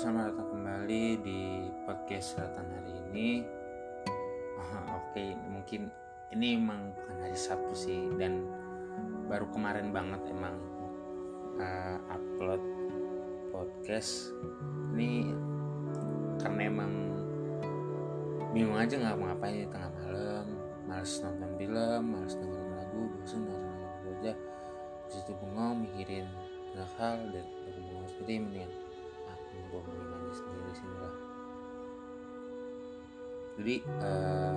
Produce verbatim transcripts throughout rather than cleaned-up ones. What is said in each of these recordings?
selamat datang kembali di podcast Selatan hari ini. Oh, Oke, okay. Mungkin ini emang bukan hari Sabtu sih, dan baru kemarin banget emang uh, upload podcast. Ini karena emang bingung aja nggak mau ngapain tengah malam, males nonton film, males dengerin lagu, bosan dengerin lagu aja. Terus itu bengong mikirin banyak hal dan bengong sendiri mendingan gue ngomongin aja sendiri sini lah. Jadi uh,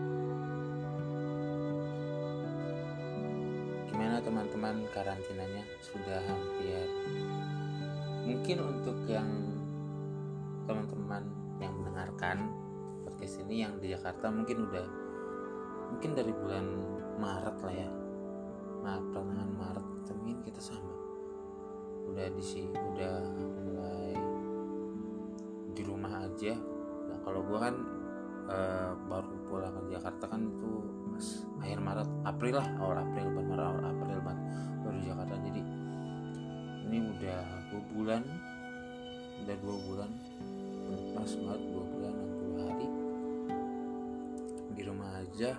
gimana teman-teman karantinanya? Sudah hampir. Mungkin untuk yang teman-teman yang mendengarkan podcast ini yang di Jakarta mungkin udah mungkin dari bulan Maret lah ya, Maret pertengahan Maret, mungkin kita sama udah di sini udah mulai di rumah aja. Nah, kalau gue kan e, baru pulang ke Jakarta kan itu pas akhir Maret, April lah, awal April, benar awal April banget baru di Jakarta. Jadi ini udah dua bulan, udah dua bulan, pas banget dua bulan enam puluh hari di rumah aja.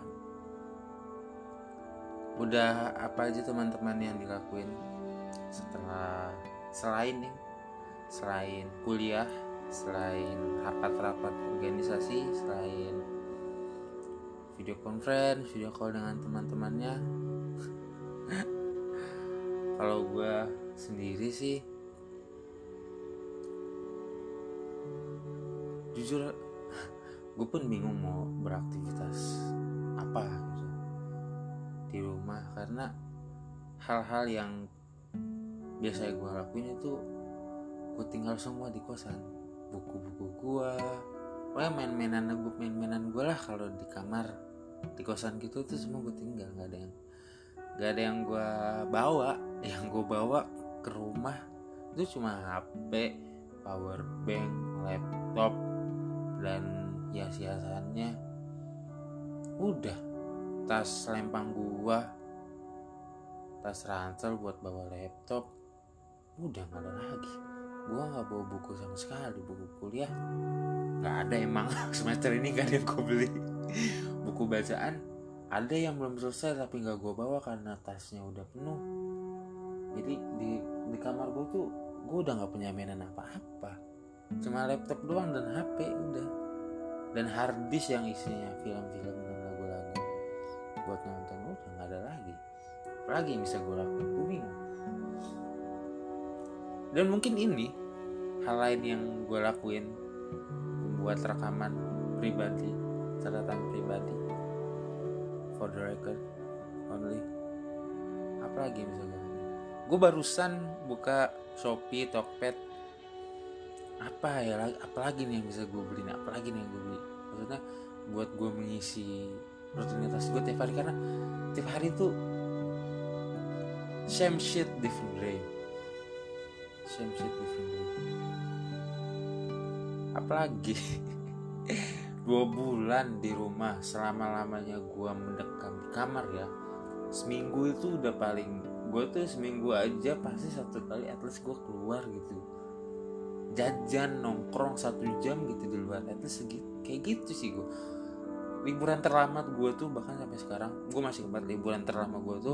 Udah apa aja teman-teman yang dilakuin setelah selain nih, selain kuliah, selain rapat-rapat organisasi, selain video conference, video call dengan teman-temannya. Kalau gue sendiri sih jujur gue pun bingung mau beraktivitas apa gitu di rumah, karena hal-hal yang biasa gue lakuin itu gue tinggal semua di kosan. Buku-buku gue, pokoknya main-mainan gue, main-mainan gue lah kalau di kamar, di kosan gitu tuh semua gue tinggal, nggak ada yang, nggak ada yang gue bawa. Yang gue bawa ke rumah itu cuma H P, power bank, laptop, dan hias-hiasannya. Udah, tas lempang gue, tas ransel buat bawa laptop, udah nggak ada lagi. Gue gak bawa buku sama sekali, buku kuliah gak ada emang. Semester ini gak ada yang gue beli. Buku bacaan ada yang belum selesai tapi gak gue bawa karena tasnya udah penuh. Jadi di, di kamar gue tuh gue udah gak punya mainan apa-apa, cuma laptop doang dan H P udah, dan harddisk yang isinya film-film dan lagu-lagu buat nonton. Udah gak ada lagi. Apalagi yang bisa gue lakuin, gue bingung. Dan mungkin ini hal lain yang gue lakuin, membuat rekaman pribadi, catatan pribadi, for the record only. Apalagi yang bisa gue lakuin? Gue barusan buka Shopee, Tokped. Apa ya? Apalagi nih yang bisa gue beli? Apalagi nih yang gue beli? Maksudnya buat gue mengisi rutinitas gue tiap hari, karena tiap hari tuh same shit different day. Same shit different day. Apalagi dua bulan di rumah, selama-lamanya gue mendekam di kamar ya. Seminggu itu udah paling, gue tuh seminggu aja pasti satu kali at least gue keluar gitu, jajan, nongkrong satu jam gitu di luar, at least segitu. Kayak gitu sih gue. Liburan terlama gue tuh bahkan sampai sekarang gue masih ingat, liburan terlama gue tuh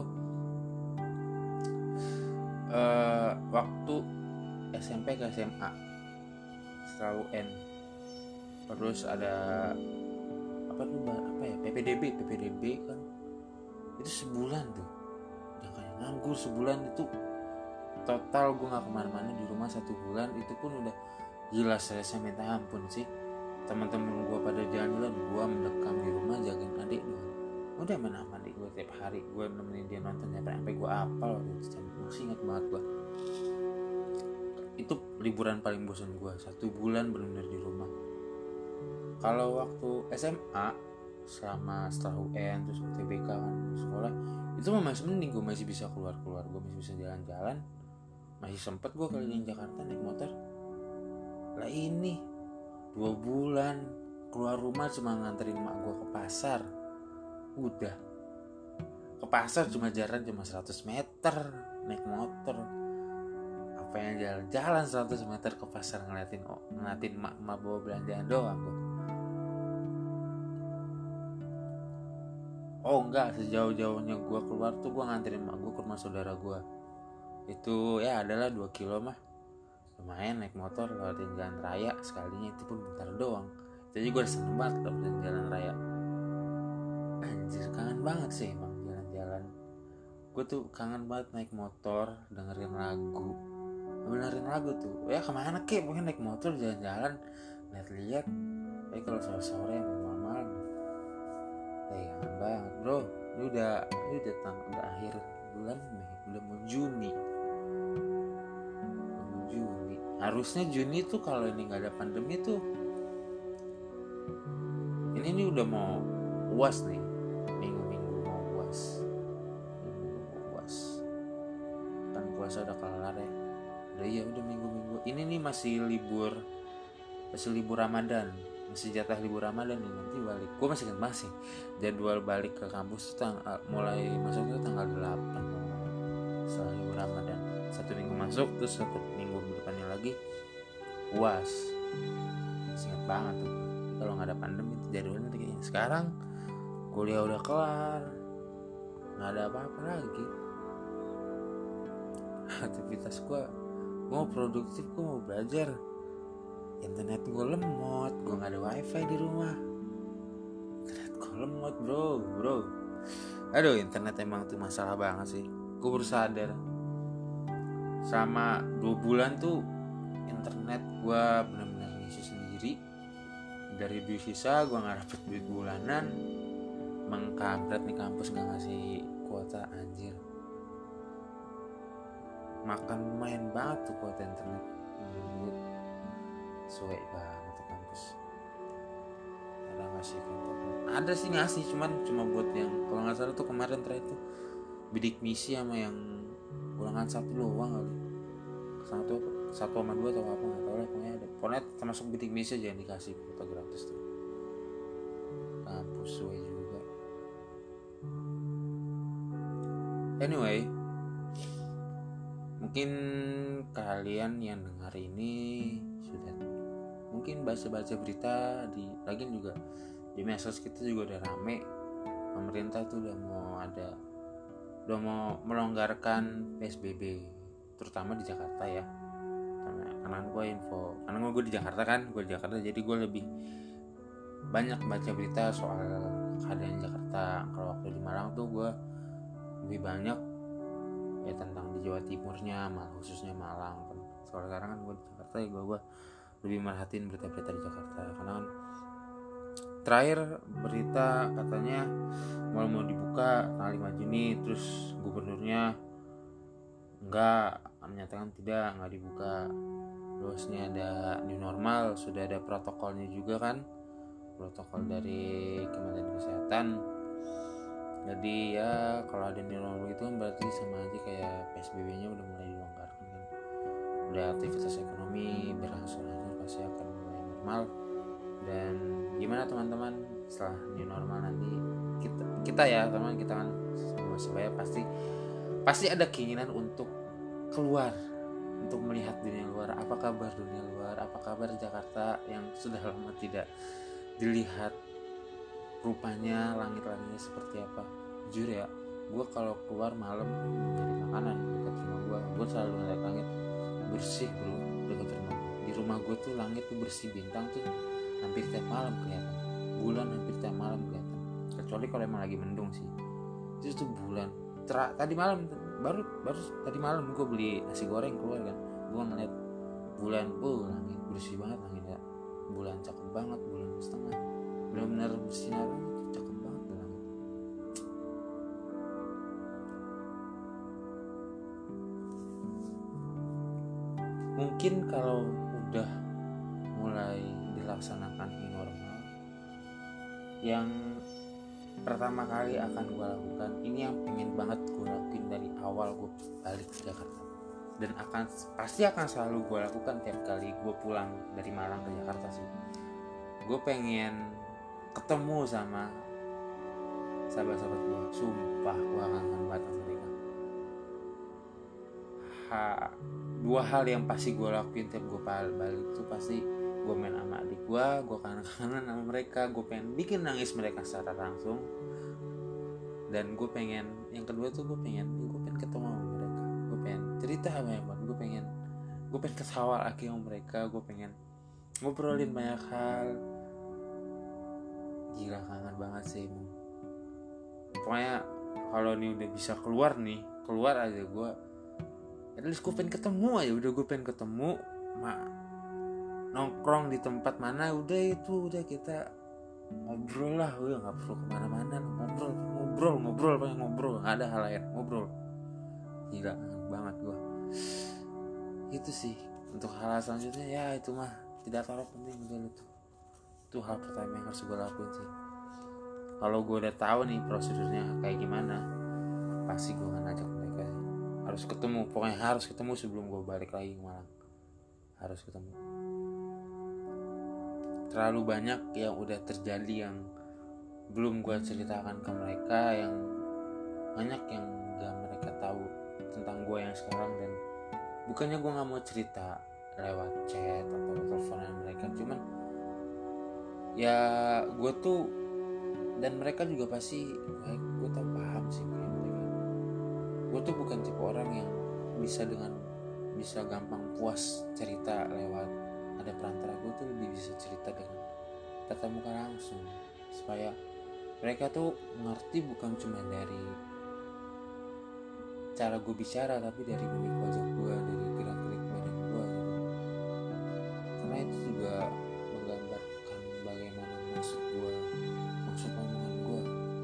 uh, waktu S M P ke S M A setelah U N. Terus ada apa tuh apa ya, P P D B P P D B kan, itu sebulan tuh udah kayak nganggur sebulan. Itu total gue nggak kemana-mana di rumah satu bulan. Itu pun udah gila, saya minta ampun sih. Teman-teman gue pada jalan-jalan, gue mendekam di rumah jagain adik doang. Udah main sama adik gue tiap hari, gue nemenin dia nonton sampai gue apal. Masih ingat banget gue. Itu liburan paling bosan gue, satu bulan benar-benar di rumah. Kalau waktu S M A, selama setelah U N terus U T B K kan sekolah, itu masih mending, gue masih bisa keluar-keluar, gue masih bisa jalan-jalan, masih sempet gue keliling Jakarta naik motor. Lah ini dua bulan keluar rumah cuma nganterin mak gue ke pasar. Udah, ke pasar cuma jalan cuma seratus meter naik motor. pengen jalan-jalan seratus meter ke pasar ngeliatin oh, ngeliatin mak-mak bawa belanjaan doang gue. Oh enggak, sejauh-jauhnya gue keluar tuh gue nganterin mak gue ke rumah saudara gue. Itu ya adalah dua kilo mah. Lumayan naik motor lewatin jalan raya, sekalinya itu pun bentar doang. Jadi gue udah seneng banget lewatin jalan raya. Anjir, kangen banget sih emang jalan-jalan. Gue tuh kangen banget naik motor, dengerin lagu. Benerin lagu tuh. Ya kemana kek, mungkin naik motor jalan-jalan, lihat-lihat. Tapi kalau sore-sore emang malam-malam. Eh kangen banget bro. Ini udah, ini udah tang, udah akhir bulan Mei, udah mau Juni. Mau Juni. Harusnya Juni tuh kalau ini nggak ada pandemi tuh. Ini nih udah mau U A S nih. Minggu-minggu mau U A S. Minggu mau U A S. Kan puasa udah kelar ya. Udah ya udah minggu-minggu. Ini nih masih libur, masih libur Ramadan. Masih jatah libur Ramadan nih, nanti balik. Gue masih kan masih jadwal balik ke kampus tuh tang- mulai masuk tuh tanggal delapan setelah libur Ramadan. Satu minggu masuk, terus satu minggu depannya lagi U A S. Ingat banget tuh kalau nggak ada pandemi itu jadwalnya kayak gini. Sekarang kuliah udah kelar, nggak ada apa-apa lagi. Aktivitas gue, gue mau produktif, gue mau belajar. Internet gue lemot, gue nggak ada wifi di rumah. Internet gue lemot bro, bro. Aduh, internet emang tuh masalah banget sih. Gue baru sadar. Sama dua bulan tuh internet gue benar-benar ngisi sendiri. Dari duit sisa gue nggak dapet duit bulanan. Mengkampret nih kampus nggak ngasih kuota, anjir. Makan lumayan banget tuh kuota internet. Hmm, suwe banget tuh kampus. Ada ngasih kuota? Ada sih ngasih, cuman cuma buat yang kalau nggak salah tuh kemarin terakhir tuh bidik misi sama yang ulangan satu doang kali. Satu satu sama dua atau apa nggak tahu lah, pokoknya ada. Pokoknya termasuk bidik misi aja yang dikasih kuota gratis tuh. Kampus suwe juga. Anyway, mungkin kalian yang dengar ini sudah mungkin baca-baca berita di lagian juga di medsos kita juga udah rame, pemerintah tuh udah mau ada udah mau melonggarkan P S B B terutama di Jakarta ya. Karena, karena gue info karena gue di Jakarta kan gue di Jakarta jadi gue lebih banyak baca berita soal keadaan Jakarta. Kalau waktu di Malang tuh gue lebih banyak ya tentang di Jawa Timurnya, malah khususnya Malang kan. Soalnya sekarang kan gue di Jakarta ya gue, gue lebih merhatiin berita-berita di Jakarta karena kan terakhir berita katanya mau mau dibuka tanggal lima Juni, terus gubernurnya enggak, menyatakan tidak, enggak dibuka. Terus ini ada new normal, sudah ada protokolnya juga kan, protokol dari Kementerian Kesehatan. Jadi ya kalau ada new normal itu kan berarti sama aja kayak P S B B-nya udah mulai dilonggarkan kan. Udah aktivitas ekonomi berangsur-angsur pasti akan mulai normal. Dan gimana teman-teman setelah new normal nanti kita kita ya teman kita kan sebaya pasti pasti ada keinginan untuk keluar, untuk melihat dunia luar. Apa kabar dunia luar? Apa kabar Jakarta yang sudah lama tidak dilihat? Rupanya langit-langitnya seperti apa? Jujur ya, gue kalau keluar malam nyari makanan dekat rumah gue, gue selalu ngeliat langit bersih bro dekat rumah gue. Di rumah gue tuh langit tuh bersih, bintang tuh hampir tiap malam kelihatan, bulan hampir tiap malam kelihatan. Kecuali kalau emang lagi mendung sih. Itu tuh bulan. Ter- tadi malam baru baru tadi malam gue beli nasi goreng keluar kan, gue ngeliat bulan, oh langit bersih banget langitnya, bulan cakep banget, bulan setengah benar-benar bersinar, cakep banget bulan. Mungkin kalau udah mulai dilaksanakan new normal, yang pertama kali akan gue lakukan, ini yang pengen banget gue lakuin dari awal gue balik ke Jakarta, dan akan pasti akan selalu gue lakukan tiap kali gue pulang dari Malang ke Jakarta sih. Gue pengen ketemu sama sahabat-sahabat gue. Sumpah gue kangen banget sama mereka. Ha, dua hal yang pasti gue lakuin tiap gue balik tuh pasti gue main sama adik gue, gue kangen-kangen sama mereka, gue pengen bikin nangis mereka secara langsung. Dan gue pengen, yang kedua tuh gue pengen, gue pengen ketemu sama mereka, gue pengen cerita sama mereka, gue pengen, gue pengen ketawa lagi sama mereka, gue pengen ngobrolin banyak hal. Gila, kangen banget sih emang. Pokoknya kalau nih udah bisa keluar nih, keluar aja gue, at least gue pengen ketemu aja, udah gue pengen ketemu, mak nongkrong di tempat mana, udah itu udah kita ngobrol lah, udah nggak perlu kemana-mana, ngobrol ngobrol ngobrol banyak ngobrol, nggak ada hal lain, ngobrol. Gila banget gue. Itu sih untuk hal selanjutnya ya, itu mah tidak terlalu penting udah itu. Itu hal pertama yang harus gue lakuin sih. Kalau gue udah tahu nih prosedurnya kayak gimana, pasti gue akan ajak mereka sih. Harus ketemu, pokoknya harus ketemu sebelum gue balik lagi ke Malang. Harus ketemu. Terlalu banyak yang udah terjadi yang belum gue ceritakan ke mereka, yang banyak yang gak mereka tahu tentang gue yang sekarang. Dan bukannya gue gak mau cerita lewat chat atau teleponan mereka, cuman ya gue tuh dan mereka juga pasti baik, gue tau paham sih kayak mereka. Gue tuh bukan tipe orang yang bisa dengan bisa gampang puas cerita lewat ada perantara. Gue tuh lebih bisa cerita dengan tatap muka langsung, supaya mereka tuh ngerti bukan cuma dari cara gue bicara, tapi dari mimik wajah gue, dari gerak-gerik badan gue gitu. Karena itu juga menggambarkan bagaimana maksud gue, maksud omongan gue.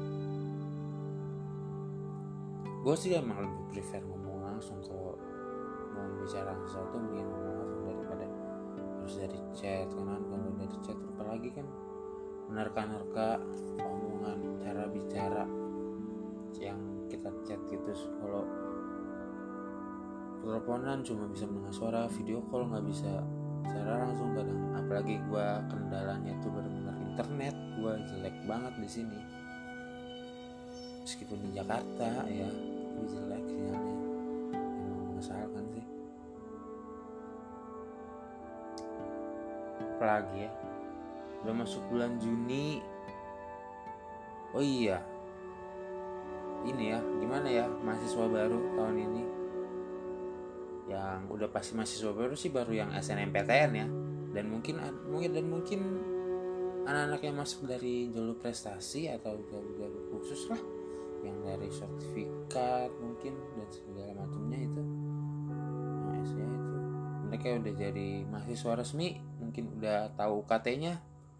Gue sih emang lebih prefer ngomong langsung. Kalau mau bicara sesuatu mending ngomong langsung daripada harus dari chat. Karena kalau dari chat apalagi kan menerka-nerka omongan, cara bicara yang kita chat gitu. Kalau teleponan cuma bisa mendengar suara, video call nggak bisa secara langsung kadang. Apalagi gue kendalanya tuh benar-benar internet gue jelek banget di sini. Meskipun di Jakarta ya, tapi jelek sinyalnya, emang mengesalkan sih. Apalagi ya, udah masuk bulan Juni. Oh iya, ini ya, gimana ya mahasiswa baru tahun ini? Yang udah pasti mahasiswa baru sih baru yang S N M P T N ya. Dan mungkin mungkin dan mungkin anak-anak yang masuk dari jalur prestasi atau jalur khusus lah, yang dari sertifikat mungkin dan segala macamnya itu. Nah, S nya itu mereka udah jadi mahasiswa resmi, mungkin udah tahu U K T-nya,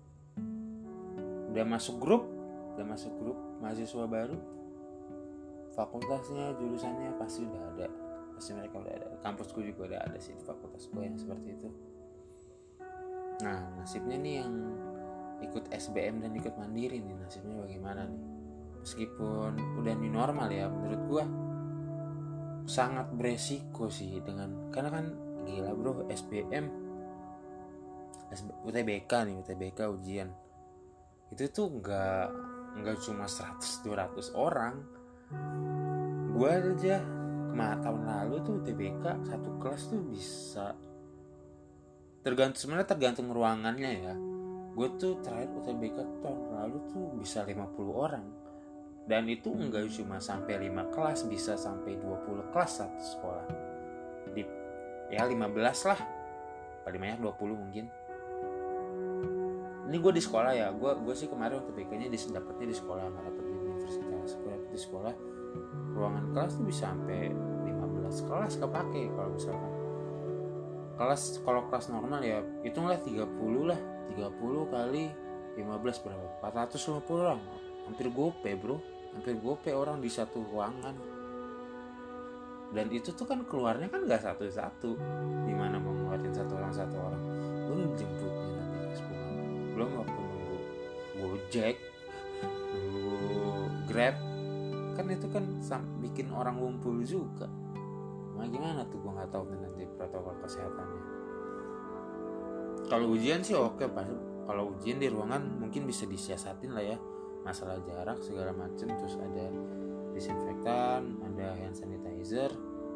udah masuk grup, udah masuk grup mahasiswa baru. Fakultasnya, jurusannya pasti udah ada. Pasti mereka udah ada. Kampusku juga udah ada sih di fakultas gue yang seperti itu. Nah, nasibnya nih yang ikut S B M dan ikut mandiri nih, nasibnya bagaimana nih? Meskipun udah new normal ya, menurut gue sangat beresiko sih dengan, karena kan gila bro, S B M, U T B K nih, U T B K ujian itu tuh nggak nggak cuma seratus dua ratus orang. Gue aja kemarin tahun lalu tuh U T B K satu kelas tuh bisa, tergantung sebenarnya tergantung ruangannya ya. Gue tuh terakhir U T B K tahun lalu tuh bisa lima puluh orang. Dan itu enggak cuma sampai lima kelas, bisa sampai dua puluh kelas satu sekolah. Di ya lima belas lah. Paling banyak dua puluh mungkin. Ini gue di sekolah ya. Gue gue sih kemarin U T B K-nya dapetnya di sekolah, enggak dapet di universitas. Gue dapet di sekolah. Ruangan kelas tuh bisa sampai lima belas kelas kepake kalau misalkan. Kelas kalau kelas normal ya hitunglah tiga puluh lah. tiga puluh kali lima belas berapa? empat ratus lima puluh orang. Hampir gope bro, hampir gope orang di satu ruangan. Dan itu tuh kan keluarnya kan gak satu-satu. Gimana mau ngeluarin satu orang satu orang? Belum jemputnya nanti ke sekolah, belum waktu nunggu Gojek, nunggu Grab. Kan itu kan bikin orang ngumpul juga. Nah gimana tuh, gue gak tahu nanti protokol kesehatannya. Kalau ujian sih oke, pas kalau ujian di ruangan mungkin bisa disiasatin lah ya, masalah jarak segala macam, terus ada disinfektan, ada hand sanitizer,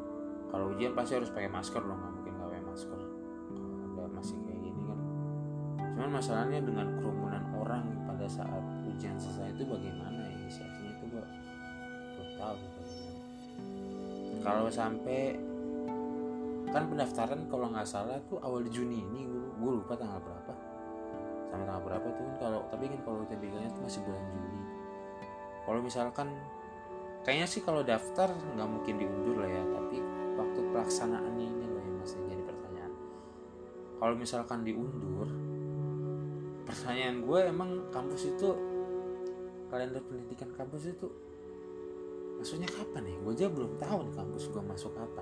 Kalau ujian pasti harus pakai masker dong, nggak mungkin nggak pakai masker kalau ada masih kayak gini kan. Cuman masalahnya dengan kerumunan orang pada saat ujian selesai itu bagaimana inisiasinya itu gue belum tahu gitu. Kalau sampai kan pendaftaran kalau nggak salah tuh awal Juni ini, gue lupa tanggal berapa sama tanggal berapa tuh kan. Kalau tapi kan kalau U T B K-nya tuh masih bulan Juli. Kalau misalkan kayaknya sih kalau daftar nggak mungkin diundur lah ya, tapi waktu pelaksanaannya ini loh yang masih jadi pertanyaan. Kalau misalkan diundur, pertanyaan gue emang kampus itu, kalender pendidikan kampus itu maksudnya kapan ya? Gue aja belum tahu nih kampus gue masuk kapan.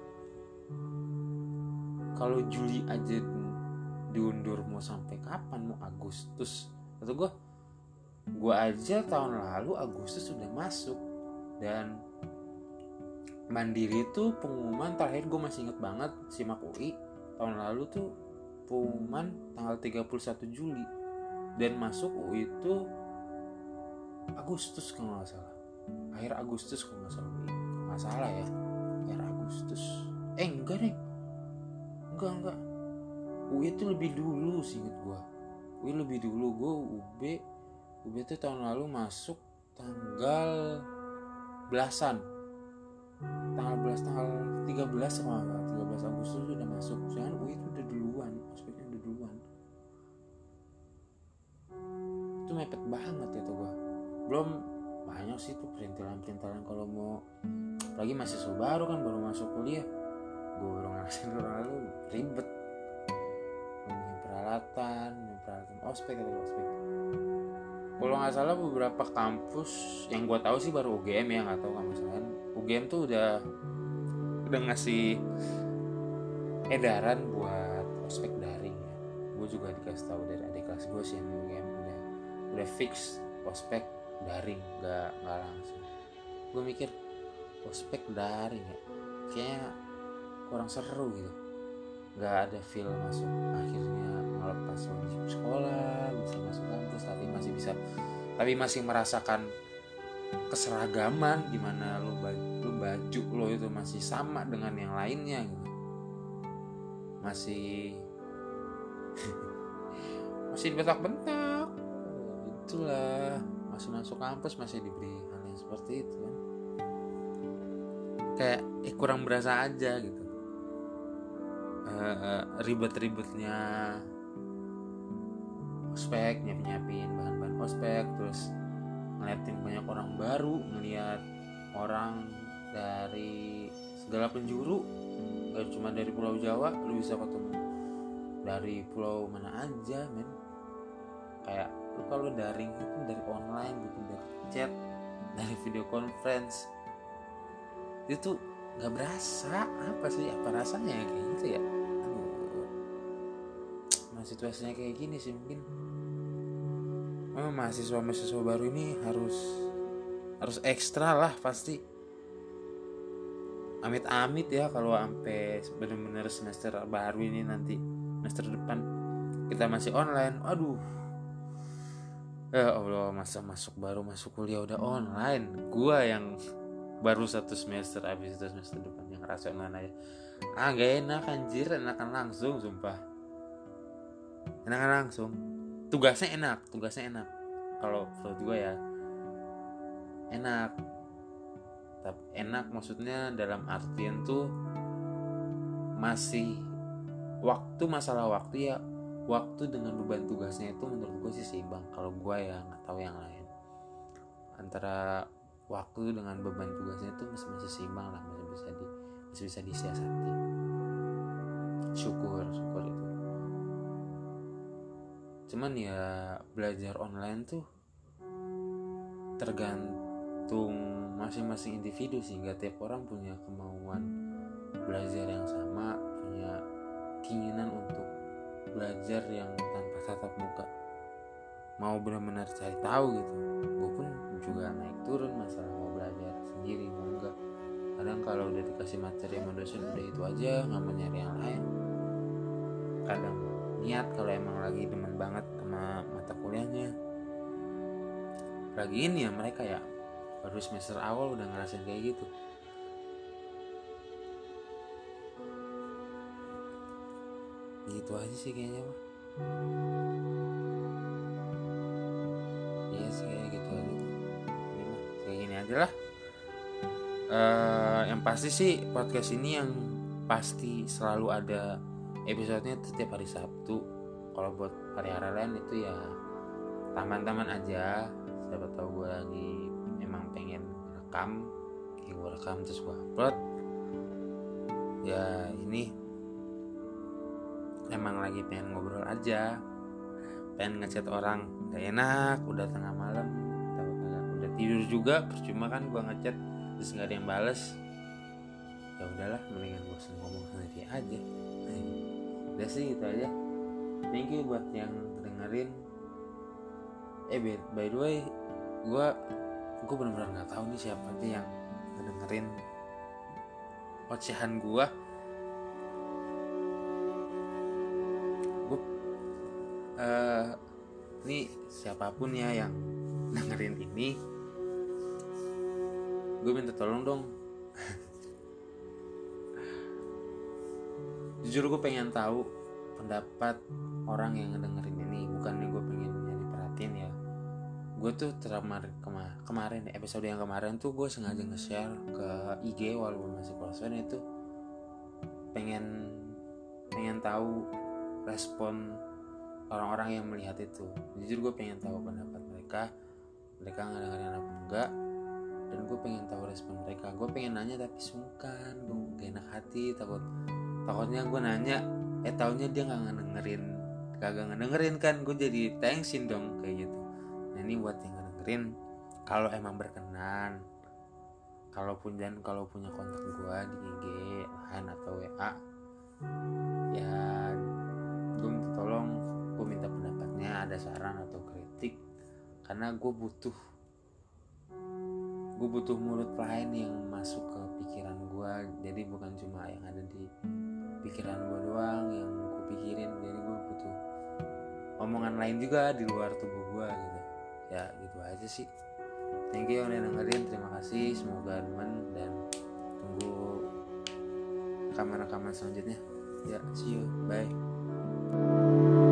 Kalau Juli aja diundur mau sampai kapan? Mau Agustus? Atau gue gue aja tahun lalu Agustus sudah masuk. Dan Mandiri itu pengumuman terakhir gue masih inget banget, simak U I tahun lalu tuh pengumuman tanggal tiga puluh satu Juli dan masuk U I itu Agustus kalau nggak salah, akhir Agustus kalau nggak salah U I, kalau nggak salah ya akhir Agustus. Eh enggak deh, enggak enggak U I itu lebih dulu sih inget gue. U I lebih dulu, gue U B U B itu tahun lalu masuk tanggal belasan, tanggal belas tanggal tiga belas sama tiga belas Agustus udah masuk. Soalnya U I itu udah duluan, ospeknya udah duluan. Itu mepet banget itu gua. Belum banyak sih tuh perintilan-perintilan kalau mau, lagi mahasiswa baru kan, baru masuk kuliah. Gua baru ngerasain tahun lalu ribet. Punya peralatan, punya peralatan ospek atau ospek. Kalau nggak salah beberapa kampus yang gue tahu sih baru U G M ya, nggak tahu kampus lain. U G M tuh udah udah ngasih edaran buat ospek daring ya. Gue juga dikasih tahu dari adik kelas gue sih yang U G M udah udah fix ospek daring, nggak nggak langsung. Gue mikir ospek daring ya, kayaknya kurang seru gitu. Nggak ada feel masuk akhirnya melepas wajib sekolah, bisa masuk kampus tapi masih bisa tapi masih merasakan keseragaman, gimana lu baju, lu baju lo itu masih sama dengan yang lainnya gitu. Masih masih dibentak-bentak. Itulah, masih masuk kampus masih diberi hal yang seperti itu kan. Kayak eh, kurang berasa aja gitu. Uh, ribet-ribetnya ospek, nyiapin bahan-bahan ospek, terus ngeliatin banyak orang baru, ngeliat orang dari segala penjuru, gak cuma dari Pulau Jawa, lu bisa ketemu dari pulau mana aja men. Kayak lu kalau daring itu dari online gitu, dari chat, dari video conference, itu gak berasa apa sih, apa rasanya kayak gitu ya. Aduh, nah situasinya kayak gini sih mungkin memang mahasiswa-mahasiswa baru ini harus harus ekstra lah pasti. Amit-amit ya kalau sampai benar-benar semester baru ini nanti semester depan kita masih online. Aduh, ya Allah, masa masuk baru masuk kuliah udah online. Gua yang baru satu semester, habis itu semester depan yang ngerasa online aja. Ah gak enak anjir, enakan langsung sumpah. Enakan langsung. Tugasnya enak, tugasnya enak. Kalau menurut gue ya enak. Tapi enak maksudnya dalam artian tuh masih waktu, masalah waktu ya, waktu dengan beban tugasnya itu menurut gue sih seimbang. Kalau gue ya nggak tahu yang lain. Antara waktu dengan beban tugasnya itu masih masih seimbang lah, masih bisa di masih bisa disiasati. Syukur, syukur itu. Cuman ya belajar online tuh tergantung masing-masing individu, sehingga tiap orang punya kemauan belajar yang sama, punya keinginan untuk belajar yang tanpa tatap muka, mau benar-benar cari tahu gitu. Gue pun juga naik turun masalah mau belajar sendiri mau enggak. Kadang kalau udah dikasih materi sama dosen udah itu aja, nggak mau nyari yang lain. Kadang niat kalau emang lagi demen banget sama mata kuliahnya. Lagi ini ya mereka ya baru semester awal udah ngerasain kayak gitu. Gitu aja sih kayaknya mah. Iya sih kayak gitu aja. Ini mah kayak gini aja lah. Uh, yang pasti sih podcast ini yang pasti selalu ada episodenya setiap hari Sabtu. Kalau buat hari-hari lain itu ya taman-taman aja. Siapa tahu gue lagi emang pengen rekam, ya gue rekam terus gue upload. Ya ini emang lagi pengen ngobrol aja, pengen ngechat orang gak enak, udah tengah malam, udah tidur juga, percuma kan gue ngechat terus nggak ada yang bales. Ya udahlah, mendingan gue ngomong sendiri aja. Udah sih gitu aja. Thank you buat yang dengerin. Eh by the way, gue gue benar-benar nggak tahu nih siapa aja yang ngedengerin ocehan gue. Gue uh, nih siapapun ya yang dengerin ini, gue minta tolong dong. Jujur gue pengen tahu pendapat orang yang ngedengerin ini. Bukannya gue pengen nyari perhatian ya. Gue tuh teramar kema- kemarin episode yang kemarin tuh gue sengaja nge-share ke I G walaupun masih close itu, pengen pengen tahu respon orang-orang yang melihat itu. Jujur gue pengen tahu pendapat mereka, mereka ngedengerin apa enggak, dan gue pengen tahu respon mereka. Gue pengen nanya tapi sungkan, gue gak enak hati, takut takutnya gue nanya eh taunya dia nggak ngedengerin, kagak ngedengerin kan gue jadi thanksin dong kayak gitu. Nah ini buat yang ngedengerin, kalau emang berkenan, kalaupun dan kalau punya kontak gue di I G, line atau W A, ya gue minta tolong, gue minta pendapatnya, ada saran atau kritik, karena gue butuh gue butuh mulut lain yang masuk ke pikiran gue. Jadi bukan cuma yang ada di pikiran gue doang yang gue pikirin, jadi gue butuh omongan lain juga di luar tubuh gue gitu. Ya gitu aja sih. Thank you yang udah dengerin, terima kasih, semoga demen, dan tunggu rekaman-rekaman selanjutnya. Ya, see you, bye.